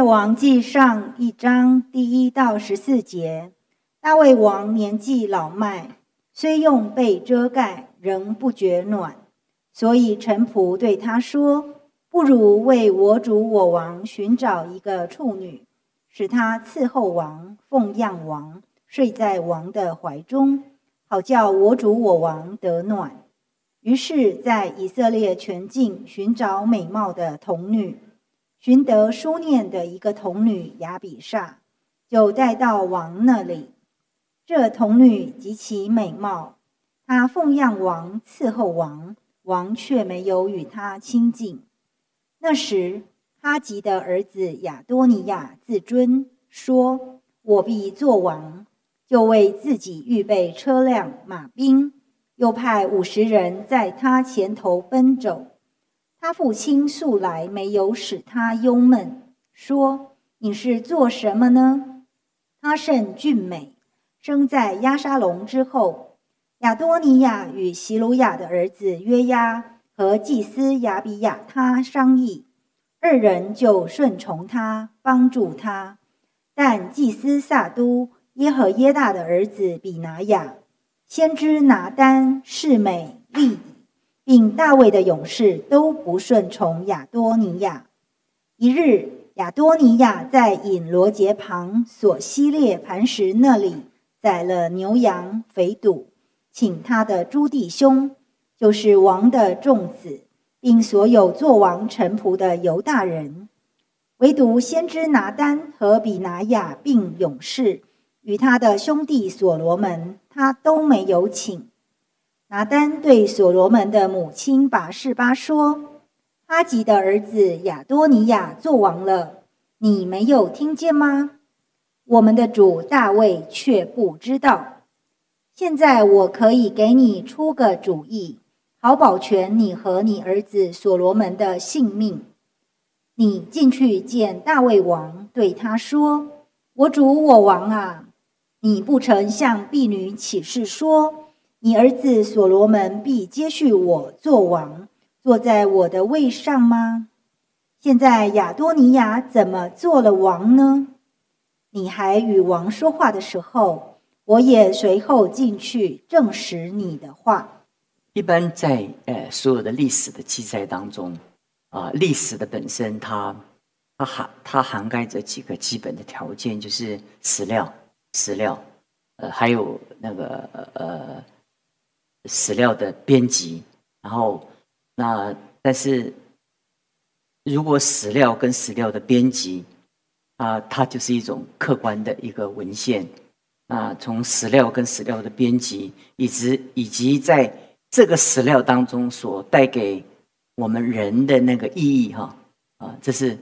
王记上1章第1到14节，大卫王年纪老迈，虽用被遮盖，仍不觉暖，所以臣仆对他说：不如为我主我王寻找一个处女，使他伺候王，奉养王，睡在王的怀中，好叫我主我王得暖。于是在以色列全境寻找美貌的童女，寻得书念的一个童女亚比煞，就带到王那里。这童女极其美貌，她奉养王，伺候王，王却没有与她亲近。那时哈吉的儿子亚多尼亚自尊，说：我必作王，就为自己预备车辆马兵，又派50人在他前头奔走。他父亲素来没有使他忧闷，说：你是做什么呢？他甚俊美，生在押沙龙之后。亚多尼亚与希鲁雅的儿子约押和祭司亚比亚他商议，2人就顺从他，帮助他。但祭司撒都耶和耶大的儿子比拿雅、先知拿单、示每、利以，并大卫的勇士都不顺从亚多尼亚。一日，亚多尼亚在隐罗节旁所希列磐石那里宰了牛羊肥犊，请他的诸弟兄，就是王的众子，并所有做王臣仆的犹大人，唯独先知拿单和比拿雅并勇士与他的兄弟所罗门，他都没有请。拿单对所罗门的母亲拔示巴说：哈吉的儿子亚多尼亚做王了，你没有听见吗？我们的主大卫却不知道。现在我可以给你出个主意，好保全你和你儿子所罗门的性命。你进去见大卫王，对他说：我主我王啊，你不曾向婢女起誓说，你儿子所罗门必接续我做王，坐在我的位上吗？现在亚多尼亚怎么做了王呢？你还与王说话的时候，我也随后进去证实你的话。 一般在所有的历史的记载当中，历史的本身它涵盖着几个基本的条件，就是史料，还有那个史料的编辑。然后但是如果史料跟史料的编辑它就是一种客观的一个文献。从史料跟史料的编辑，以及在这个史料当中所带给我们人的那个意义这是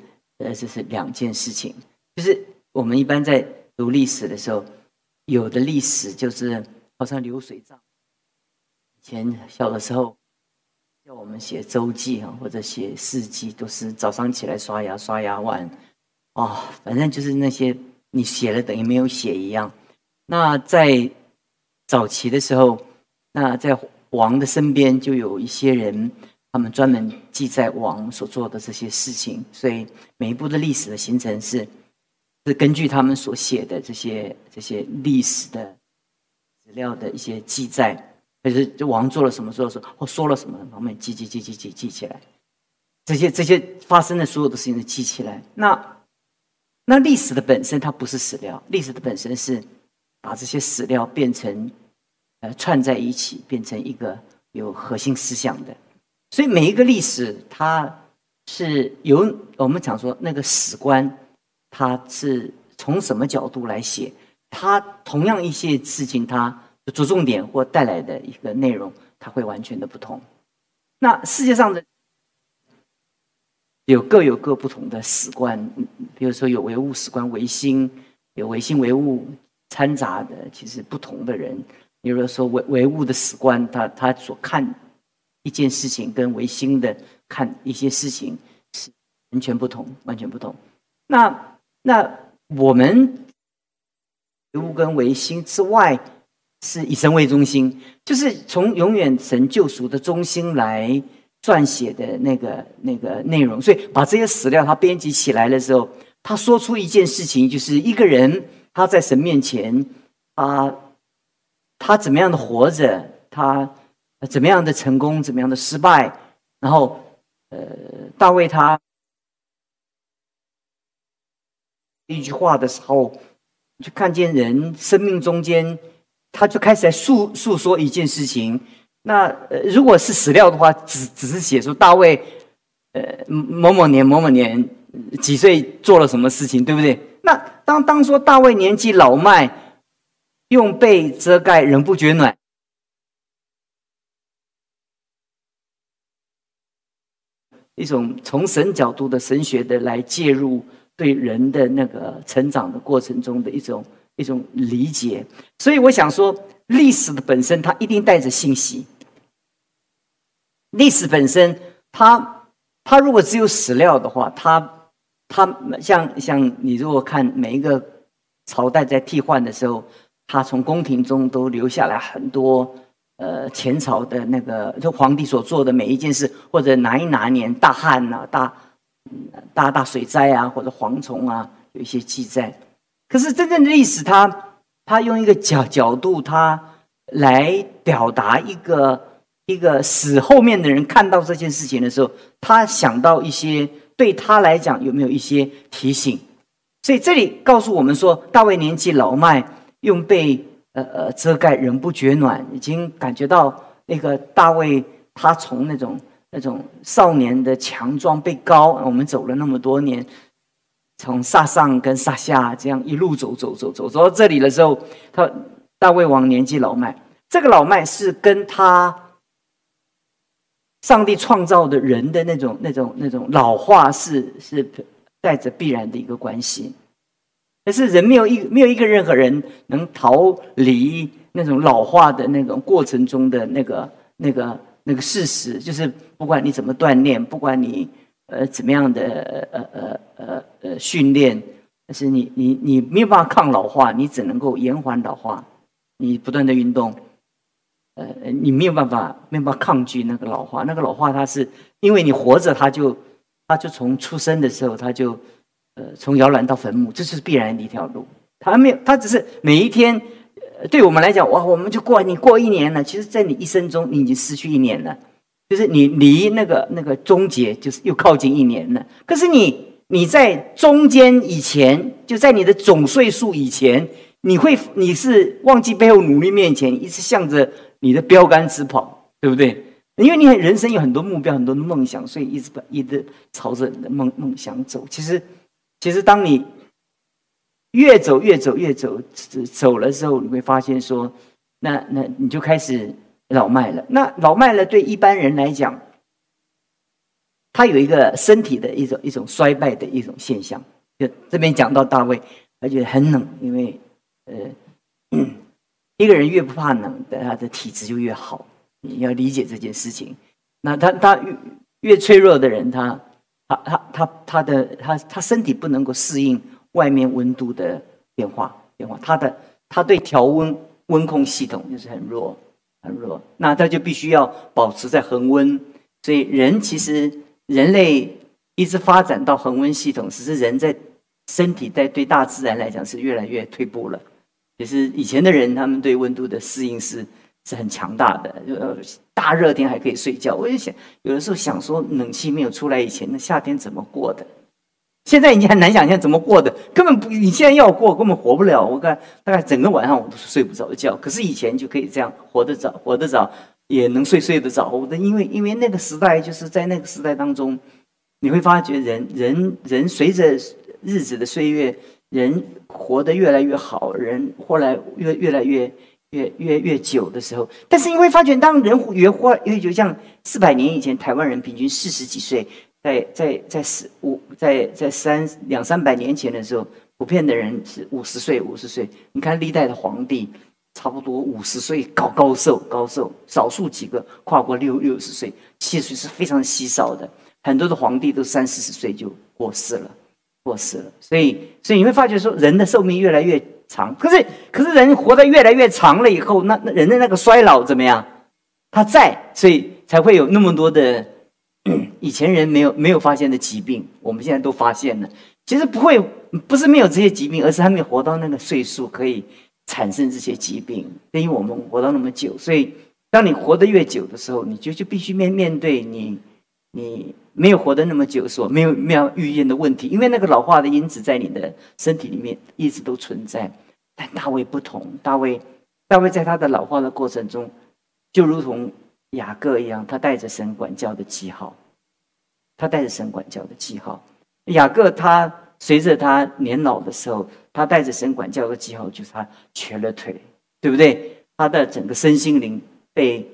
2件事情。就是我们一般在读历史的时候，有的历史就是好像流水账。以前小的时候叫我们写周记或者写事记，都是早上起来刷牙完反正就是那些你写了等于没有写一样。那在早期的时候，那在王的身边就有一些人，他们专门记载王所做的这些事情，所以每一部的历史的形成是根据他们所写的这些历史的资料的一些记载，就是王做了什么或说了什么，他们记起来，这些发生的所有的事情都记起来。那历史的本身它不是史料，历史的本身是把这些史料变成串在一起，变成一个有核心思想的。所以每一个历史它是由我们讲说那个史观，它是从什么角度来写，它同样一些事情它的着重点或带来的一个内容，它会完全的不同。那世界上的各有各不同的史观，比如说有唯物史观、唯心，有唯心唯物掺杂的，其实不同的人。比如说唯物的史观，他所看一件事情跟唯心的看一些事情是完全不同。那我们唯物跟唯心之外，是以神为中心，就是从永远神救赎的中心来撰写的那个内容。所以把这些史料它编辑起来的时候， 他说出一件事情，就是一个人他在神面前，他怎么样的活着，他怎么样的成功，怎么样的失败，然后大卫他一句话的时候，就看见人生命中间，他就开始来诉说一件事情。那如果是史料的话，只是写说大卫某某年某某年几岁做了什么事情，对不对？那当说大卫年纪老迈，用被遮盖，人不觉暖。一种从神角度的神学的来介入对人的那个成长的过程中的一种理解。所以我想说，历史的本身它一定带着信息。历史本身它如果只有史料的话，它像你如果看每一个朝代在替换的时候，它从宫廷中都留下来很多前朝的那个就皇帝所做的每一件事，或者哪一年大旱啊、大水灾啊，或者蝗虫啊，有一些记载。可是真正的历史它用一个角度，它来表达一个使后面的人看到这件事情的时候，他想到一些对他来讲有没有一些提醒。所以这里告诉我们说，大卫年纪老迈，用被遮盖，人不觉暖，已经感觉到那个大卫他从那种少年的强壮被高，我们走了那么多年，从撒上跟撒下这样一路走到这里的时候，大卫王年纪老迈，这个老迈是跟他上帝创造的人的那种老化是带着必然的一个关系。但是人没有一个任何人能逃离那种老化的那种过程中的那个事实，就是不管你怎么锻炼，不管你怎么样的训练，但是你没有办法抗老化，你只能够延缓老化。你不断的运动，你没有办法抗拒那个老化。那个老化它是因为你活着，它就从出生的时候它就从摇篮到坟墓，这是必然的一条路。它只是每一天，对我们来讲，哇，我们就你过一年了。其实，在你一生中，你已经失去一年了，就是你离那个终结，就是又靠近一年了。可是你在中间以前，就在你的总岁数以前，你是忘记背后努力面前，一直向着你的标杆直跑，对不对？因为你人生有很多目标，很多的梦想，所以一直朝着你的梦想走。其实当你越走了之后，你会发现说，那你就开始老迈了。那老迈了，对一般人来讲，他有一个身体的一种衰败的一种现象。就这边讲到大卫，他觉得很冷，因为一个人越不怕冷，他的体质就越好。你要理解这件事情。那他越脆弱的人，他身体不能够适应外面温度的变化，他对调温控系统就是很弱，那他就必须要保持在恒温。所以人类一直发展到恒温系统，只是人在身体对大自然来讲是越来越退步了。其实以前的人，他们对温度的适应是很强大的，大热天还可以睡觉。我就想，有的时候想说，冷气没有出来以前，那夏天怎么过的？现在已经很难想象怎么过的，根本不，你现在要过，根本活不了。我看大概整个晚上我都睡不着觉，可是以前就可以这样活得早，也能睡得着的，因为那个时代，就是在那个时代当中，你会发觉人随着日子的岁月，人活得越来越好，人后来越来越久的时候，但是你会发觉，当人越活越久，像400年以前，台湾人平均40几岁，在200-300年前的时候，普遍的人是50岁。你看历代的皇帝，差不多50岁高寿，少数几个跨过60岁，70岁是非常稀少的。很多的皇帝都30-40岁就过世了。所以你会发觉说，人的寿命越来越长，可是人活得越来越长了以后，那人的那个衰老怎么样？他在，所以才会有那么多的以前人没有发现的疾病，我们现在都发现了。 其实不是没有这些疾病，而是还没有活到那个岁数可以产生这些疾病。因为我们活到那么久，所以当你活得越久的时候，你就必须面对你没有活得那么久所没有预见的问题，因为那个老化的因子在你的身体里面一直都存在。但大卫不同，大卫在他的老化的过程中，就如同雅各一样，他带着神管教的记号，雅各他随着他年老的时候，他带着神管教的记号，就是他瘸了腿，对不对？他的整个身心灵被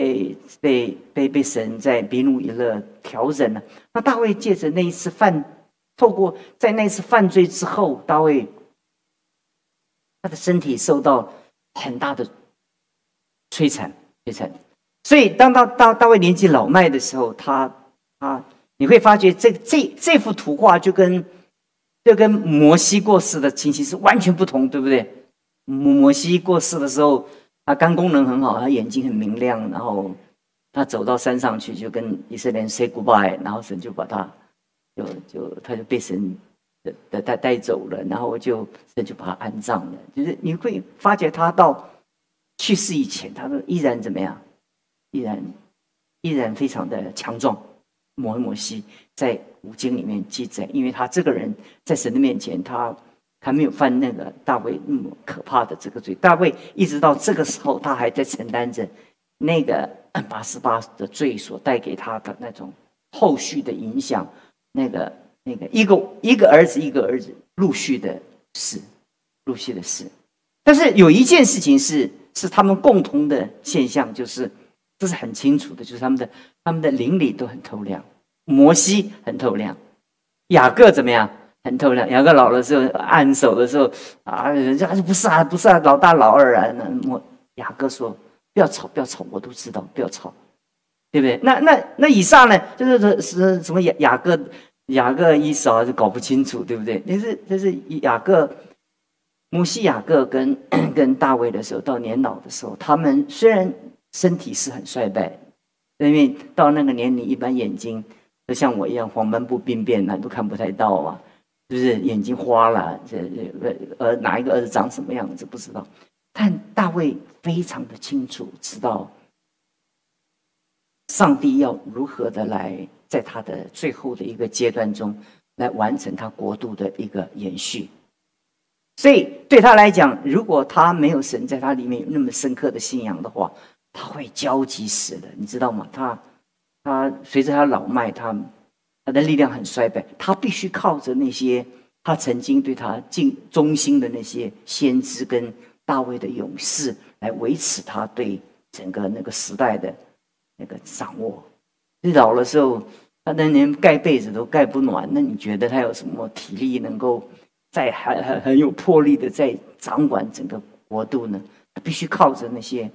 神在比努以勒调整了。那大卫借着那一次透过在那一次犯罪之后，大卫他的身体受到很大的摧残。所以当大卫年纪老迈的时候，你会发觉这幅图画就跟摩西过世的情形是完全不同，对不对？摩西过世的时候，他肝功能很好，他眼睛很明亮，然后他走到山上去，就跟以色列人 say goodbye， 然后神就把他他就被神带走了，然后神就把他安葬了。就是你会发觉他到去世以前，他依然怎么样？依然非常的强壮。摩西在五经里面记载，因为他这个人在神的面前，他没有犯那个大卫那么可怕的这个罪。大卫一直到这个时候，他还在承担着那个88的罪所带给他的那种后续的影响，那个一个儿子陆续的事。但是有一件事情是他们共同的现象，就是这是很清楚的，就是他们的灵里都很透亮。摩西很透亮，雅各怎么样？很透亮。雅各老的时候按手的时候人家说不是啊，老大老二啊。雅各说不要吵，我都知道，不要吵，对不对？那以撒呢？就是什么雅各以扫就搞不清楚，对不对？这是摩西雅各跟大卫的时候，到年老的时候，他们虽然身体是很衰败，因为到那个年龄，一般眼睛都像我一样黄斑部病变，都看不太到啊，就是眼睛花了，哪一个儿子长什么样子不知道。但大卫非常的清楚知道，上帝要如何的来在他的最后的一个阶段中来完成他国度的一个延续。所以对他来讲，如果他没有神在他里面有那么深刻的信仰的话，他会焦急死的，你知道吗？他随着他老迈，他的力量很衰败，他必须靠着那些他曾经对他忠心的那些先知跟大卫的勇士来维持他对整个那个时代的那个掌握。老的时候，他连盖被子都盖不暖，那你觉得他有什么体力能够在很有魄力的在掌管整个国度呢？他必须靠着那些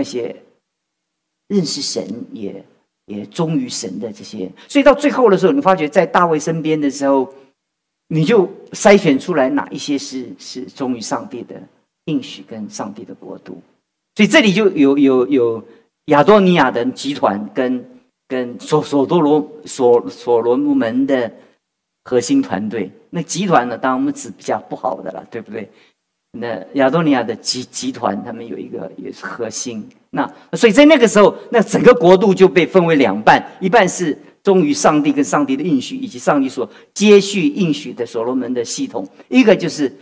认识神也忠于神的这些。所以到最后的时候，你发觉在大卫身边的时候，你就筛选出来哪一些是忠于上帝的应许跟上帝的国度。所以这里就有亚多尼亚的集团跟所罗门的核心团队。那集团呢，当然我们指比较不好的了，对不对？那亚多尼亚的集团，他们有一个也是核心。所以在那个时候，那整个国度就被分为两半，一半是忠于上帝跟上帝的应许，以及上帝所接续应许的所罗门的系统；一个就是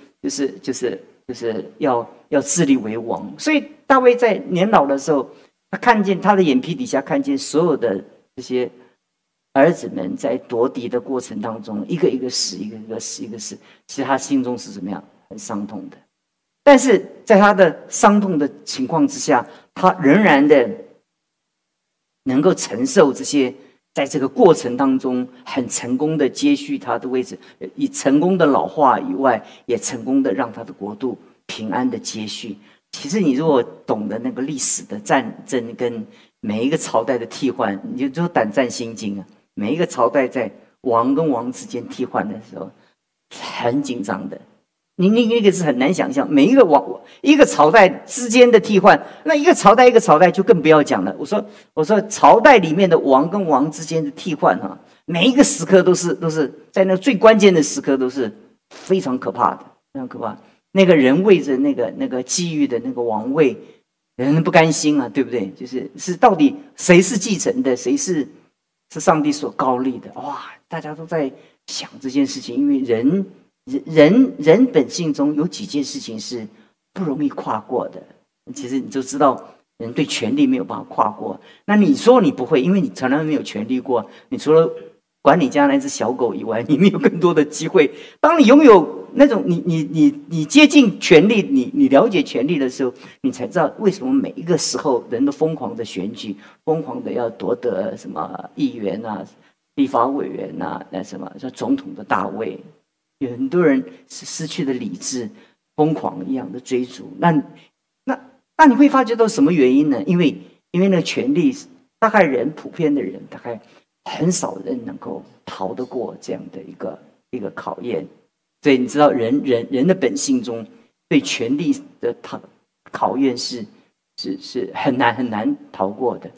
要自立为王。所以大卫在年老的时候，他看见他的眼皮底下看见所有的这些儿子们在夺嫡的过程当中，一个一个死，一个一个死，其实他心中是怎么样？很伤痛的。但是在他的伤痛的情况之下，他仍然的能够承受这些，在这个过程当中很成功的接续他的位置，以成功的老化以外，也成功的让他的国度平安的接续。其实你如果懂得那个历史的战争跟每一个朝代的替换，你就胆战心惊啊！每一个朝代在王跟王之间替换的时候，很紧张的。 你那个是很难想象，每一个一个朝代之间的替换，那一个朝代就更不要讲了。我说朝代里面的王跟王之间的替换哈，每一个时刻都是在那最关键的时刻都是非常可怕的，非常可怕。那个人为着那个机遇的那个王位，人不甘心啊，对不对？是到底谁是继承的，谁是上帝所高立的？哇，大家都在想这件事情，因为人本性中有几件事情是不容易跨过的。其实你就知道，人对权力没有办法跨过。那你说你不会，因为你从来没有权力过。你除了管你家那只小狗以外，你没有更多的机会。当你拥有那种你接近权力，你了解权力的时候，你才知道为什么每一个时候人都疯狂的选举，疯狂的要夺得什么议员啊、立法委员啊，那什么说总统的大位。有很多人是失去了理智，疯狂一样的追逐。那你会发觉到什么原因呢？因为那个权力，大概普遍的人，大概很少人能够逃得过这样的一个考验。所以你知道人的本性中对权力的考验是很难逃过的。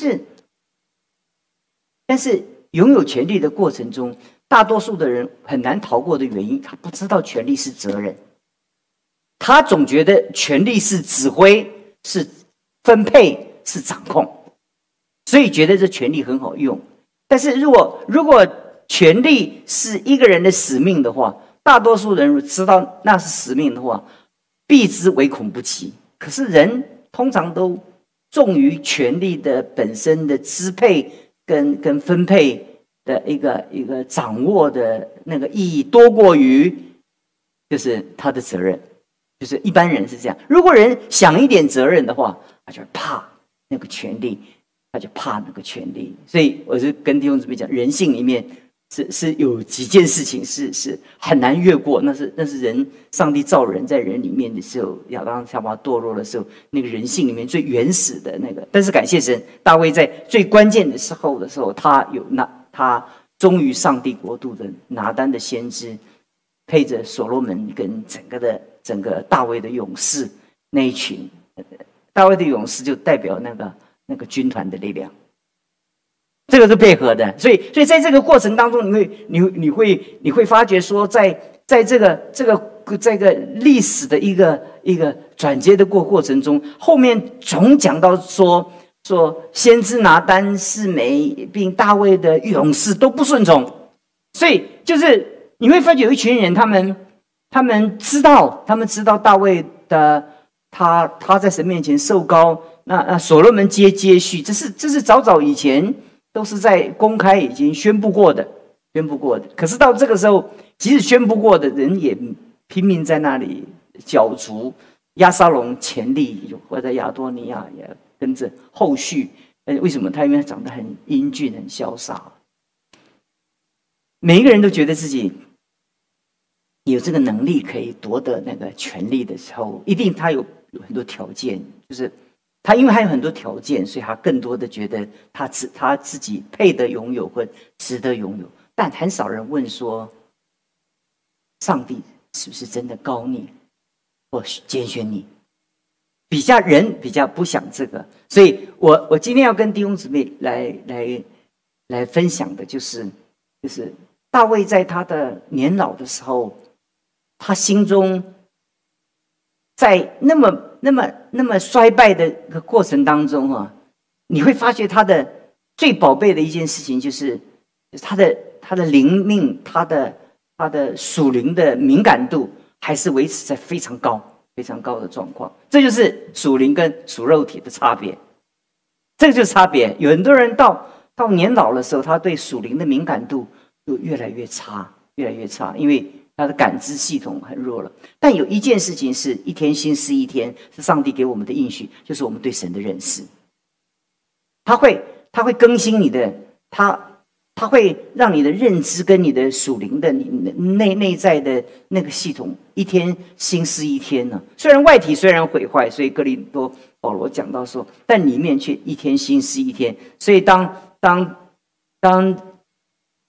但是拥有权力的过程中，大多数的人很难逃过的原因，他不知道权力是责任，他总觉得权力是指挥、是分配、是掌控，所以觉得这权力很好用。但是如果权力是一个人的使命的话，大多数人知道那是使命的话，避之唯恐不及。可是人通常都重于权力的本身的支配跟分配的一个掌握的那个意义，多过于就是他的责任。就是一般人是这样，如果人想一点责任的话，他就怕那个权力，他就怕那个权力。所以我就跟弟兄姊妹讲，人性里面是有几件事情是很难越过，那是人，上帝造人在人里面的时候，亚当夏娃堕落的时候，那个人性里面最原始的那个。但是感谢神，大卫在最关键的时候，他忠于上帝国度的拿单的先知，配着所罗门跟整个大卫的勇士那一群，大卫的勇士就代表那个军团的力量，这个是配合的。所以在这个过程当中，你会发觉说，在这个历史的一个转接的过程中，后面总讲到说先知拿单、示每并大卫的勇士都不顺从，所以就是你会发觉有一群人，他们知道大卫的他在神面前受膏，那所罗门接续，这是早以前都是在公开已经宣布过的。可是到这个时候，即使宣布过的人也拼命在那里角逐。押沙龙前立活在亚多尼亚，也跟着后续。为什么？他因为长得很英俊、很潇洒，每一个人都觉得自己有这个能力可以夺得那个权力的时候，一定他有很多条件，就是他因为还有很多条件，所以他更多的觉得他自己配得拥有或值得拥有。但很少人问说，上帝是不是真的膏你或拣选你？人比较不想这个，所以我今天要跟弟兄姊妹来分享的就是大卫在他的年老的时候，他心中在那么衰败的一个过程当中啊，你会发觉他的最宝贝的一件事情就是他的灵命，他的属灵的敏感度还是维持在非常高的状况。这就是属灵跟属肉体的差别，这个就是差别。有很多人到年老的时候，他对属灵的敏感度就越来越差，因为他的感知系统很弱了。但有一件事情是一天新似一天，是上帝给我们的应许，就是我们对神的认识。他会更新你的，他会让你的认知跟你的属灵的内在的那个系统一天新似一天呢。虽然外体虽然毁坏，所以哥林多保罗讲到说，但里面却一天新似一天。所以当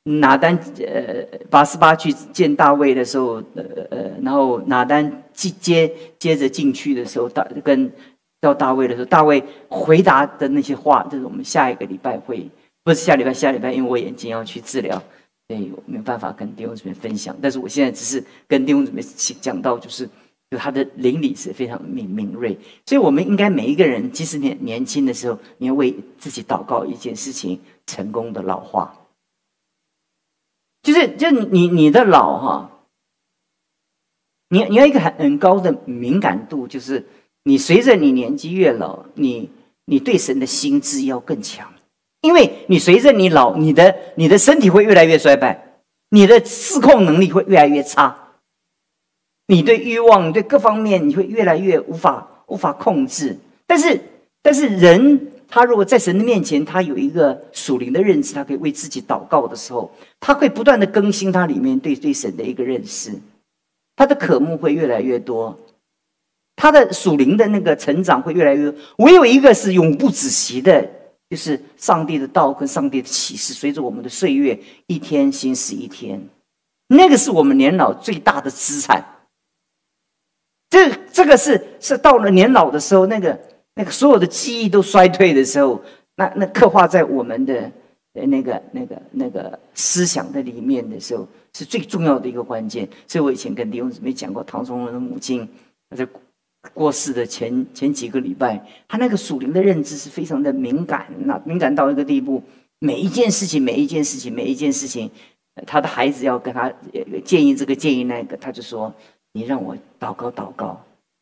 拿单拔示巴去见大卫的时候，然后拿单接着进去的时候，叫大卫的时候，大卫回答的那些话，这是我们下一个礼拜会，不是下礼拜，因为我眼睛要去治疗，所以我没有办法跟弟兄姊妹分享。但是我现在只是跟弟兄姊妹讲到，就是他的灵里是非常敏锐，所以我们应该每一个人，即使年轻的时候，你要为自己祷告一件事情：成功的老化。就是你的老哈，你要一个很高的敏感度，就是你随着你年纪越老，你对神的心智要更强，因为你随着你老，你的身体会越来越衰败，你的自控能力会越来越差，你对欲望、你对各方面你会越来越无法控制。但是人他如果在神的面前，他有一个属灵的认知，他可以为自己祷告的时候，他会不断的更新他里面对神的一个认识，他的渴慕会越来越多，他的属灵的那个成长会越来越多。唯有一个是永不止息的，就是上帝的道跟上帝的启示，随着我们的岁月一天新似一天，那个是我们年老最大的资产。这个是到了年老的时候，那个所有的记忆都衰退的时候，那刻画在我们的那个思想的里面的时候，是最重要的一个关键。所以我以前跟弟兄姊妹讲过，唐崇荣的母亲她在过世的前几个礼拜，她那个属灵的认知是非常的敏感，敏感到一个地步，每一件事情，她的孩子要跟她建议这个建议那个，她就说：“你让我祷告。”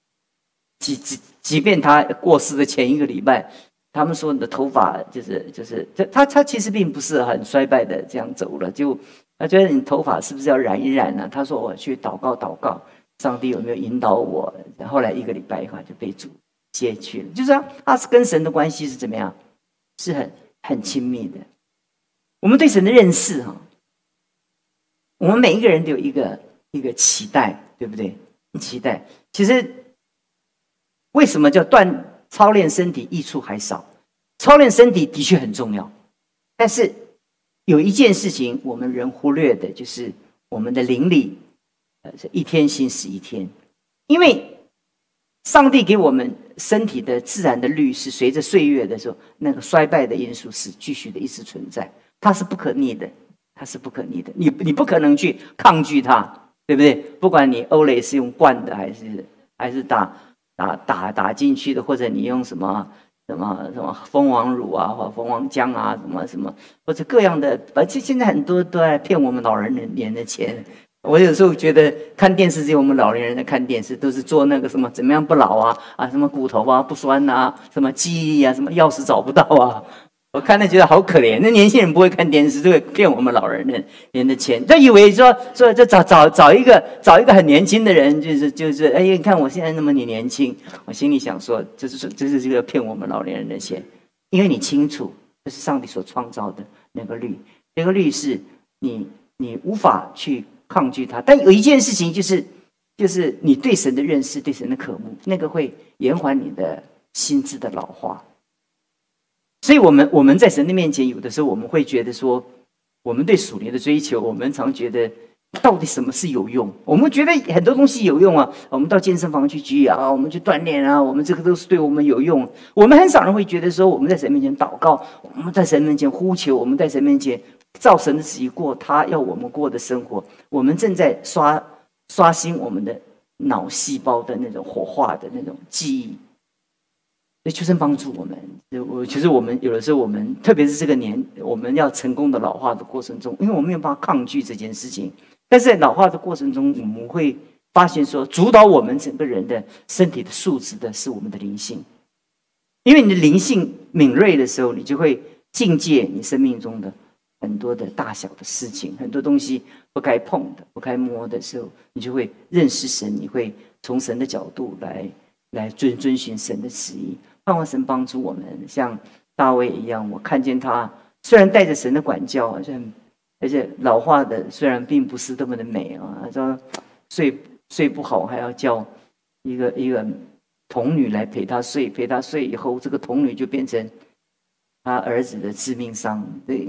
即便他过世的前一个礼拜，他们说你的头发就是他其实并不是很衰败的这样走了，就他觉得你头发是不是要染一染呢？他说我去祷告，上帝有没有引导我？后来一个礼拜以后就被主接去了，就是他是跟神的关系是怎么样？是很亲密的。我们对神的认识我们每一个人都有一个期待，对不对？期待其实。为什么叫操练身体益处还少？操练身体的确很重要，但是有一件事情我们人忽略的，就是我们的灵里一天新似一天。因为上帝给我们身体的自然的律是随着岁月的时候，那个衰败的因素是继续的一直存在，它是不可逆的，你不可能去抗拒它，对不对？不管你欧蕾是用灌的还是打进去的，或者你用什么蜂王乳啊，或蜂王浆啊，什么，或者各样的，而且现在很多都在骗我们老人的钱。我有时候觉得看电视只有我们老年人在看电视，都是做那个什么怎么样不老啊，什么骨头不酸啊，什么记忆啊，什么钥匙找不到啊。我看了觉得好可怜，那年轻人不会看电视，就会骗我们老人的钱，就以为说就找一个很年轻的人，就是哎，你看我现在那么年轻，我心里想说，这是这个骗我们老年人的钱，因为你清楚这是上帝所创造的那个律，那个律是你无法去抗拒它，但有一件事情就是你对神的认识，对神的渴慕，那个会延缓你的心智的老化。所以我们在神的面前，有的时候我们会觉得说，我们对属灵的追求，我们常觉得到底什么是有用？我们觉得很多东西有用啊，我们到健身房去举啊，我们去锻炼啊，我们这个都是对我们有用。我们很少人会觉得说，我们在神面前祷告，我们在神面前呼求，我们在神面前照神的旨意过他要我们过的生活，我们正在刷新我们的脑细胞的那种活化的那种记忆。所以求神帮助我们。其实我们有的时候，我们特别是这个年，我们要成功的老化的过程中，因为我们没有办法抗拒这件事情，但是在老化的过程中，我们会发现说，主导我们整个人的身体的素质的是我们的灵性。因为你的灵性敏锐的时候，你就会境界你生命中的很多的大小的事情，很多东西不该碰的、不该摸的时候，你就会认识神，你会从神的角度来遵循神的旨意。盼望神帮助我们，像大卫一样，我看见他虽然带着神的管教，而且老化的虽然并不是这么的美啊，说睡不好还要叫一个童女来陪他睡，陪他睡以后，这个童女就变成他儿子的致命伤。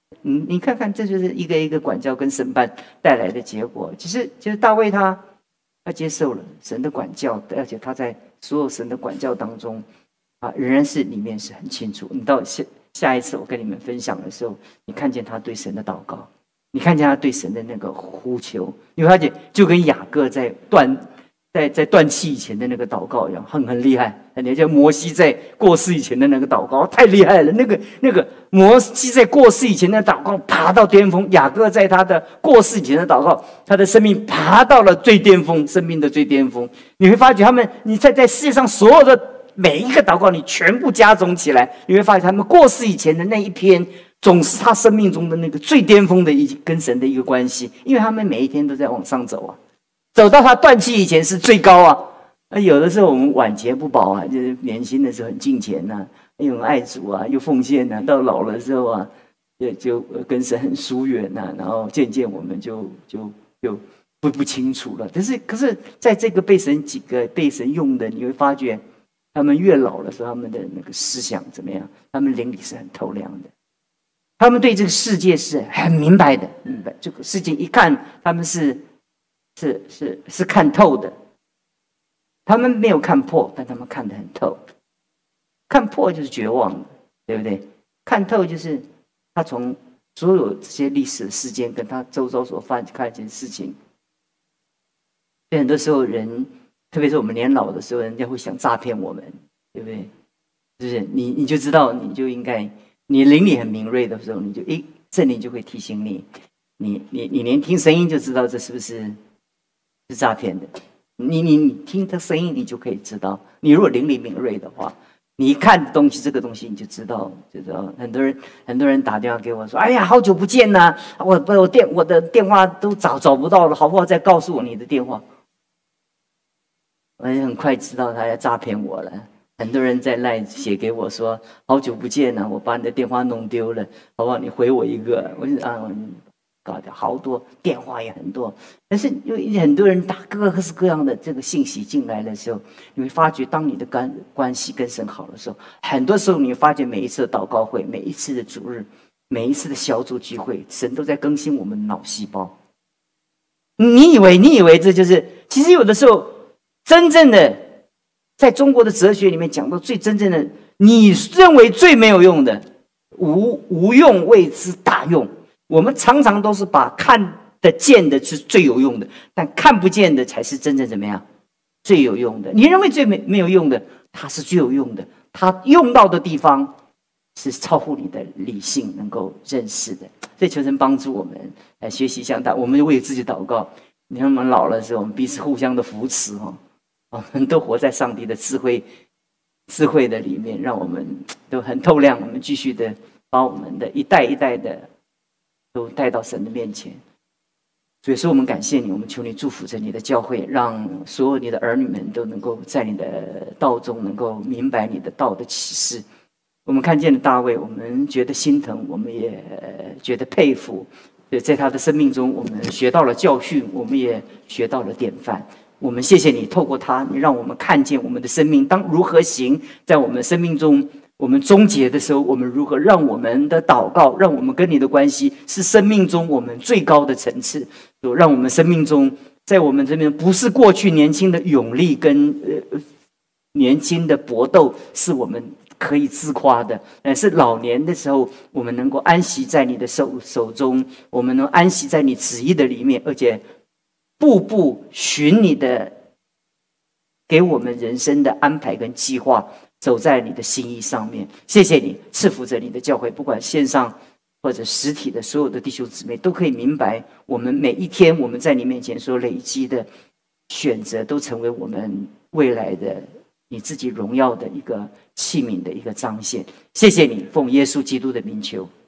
你看看，这就是一个一个管教跟审判带来的结果。其实大卫他接受了神的管教，而且他在所有神的管教当中仍然是里面是很清楚。你到下一次我跟你们分享的时候，你看见他对神的祷告，你看见他对神的那个呼求，你会发现就跟雅各在断气以前的那个祷告一样，很厉害。你像摩西在过世以前的那个祷告太厉害了，那个摩西在过世以前的祷告爬到巅峰，雅各在他的过世以前的祷告，他的生命爬到了最巅峰，生命的最巅峰。你会发觉你在世界上所有的每一个祷告，你全部加总起来，你会发现他们过世以前的那一篇，总是他生命中的那个最巅峰的跟神的一个关系，因为他们每一天都在往上走啊。走到他断气以前是最高啊！有的时候我们晚节不保啊，就是年轻的时候很敬虔呐，又很爱主啊，又奉献呐，到老了之后啊，就跟神很疏远呐，然后渐渐我们就不清楚了。可是在这个被神用的，你会发觉他们越老的时候，他们的那个思想怎么样？他们灵里是很透亮的，他们对这个世界是很明白的，这个事情一看，他们是看透的。他们没有看破，但他们看得很透。看破就是绝望，对不对？看透就是他从所有这些历史的事件跟他周遭所看见的事情。所以很多时候人，特别是我们年老的时候，人家会想诈骗我们，对不对？是不是？你就知道，你就应该，你灵里很敏锐的时候，你就圣灵就会提醒你，你连听声音就知道这是不是诈骗的。你听他声音，你就可以知道。你如果灵里敏锐的话，你一看东西，这个东西你就知道。很多人打电话给我说：“哎呀，好久不见呐！我的电话都找不到了，好不好？再告诉我你的电话。”我也很快知道他要诈骗我了。很多人在赖写给我说：“好久不见呐，我把你的电话弄丢了，好不好？你回我一个。”我就搞掉好多，电话也很多，但是因为很多人打各式各样的这个信息进来的时候，你会发觉，当你的关系跟神好的时候，很多时候你会发觉每一次的祷告会，每一次的主日，每一次的小组聚会，神都在更新我们的脑细胞。你以为这就是？其实有的时候，真正的在中国的哲学里面讲到最真正的，你认为最没有用的，无用谓之大用。我们常常都是把看得见的是最有用的，但看不见的才是真正怎么样最有用的。你认为最没有用的，它是最有用的，它用到的地方是超乎你的理性能够认识的。所以求神帮助我们来学习向他，我们为自己祷告。你看我们老了的时候，我们彼此互相的扶持我们都活在上帝的智慧的里面，让我们都很透亮。我们继续的把我们的一代一代的都带到神的面前。所以说我们感谢你，我们求你祝福着你的教会，让所有你的儿女们都能够在你的道中能够明白你的道的启示。我们看见了大卫，我们觉得心疼，我们也觉得佩服。在他的生命中，我们学到了教训，我们也学到了典范。我们谢谢你，透过他，你让我们看见我们的生命当如何行，在我们生命中我们终结的时候，我们如何让我们的祷告，让我们跟你的关系是生命中我们最高的层次，让我们生命中，在我们这边不是过去年轻的勇力跟年轻的搏斗是我们可以自夸的，是老年的时候我们能够安息在你的手中，我们能安息在你旨意的里面，而且步步循你的给我们人生的安排跟计划，走在你的心意上面。谢谢你赐福着你的教会，不管线上或者实体的所有的弟兄姊妹都可以明白，我们每一天我们在你面前所累积的选择，都成为我们未来的你自己荣耀的一个器皿的一个彰显。谢谢你，奉耶稣基督的名求。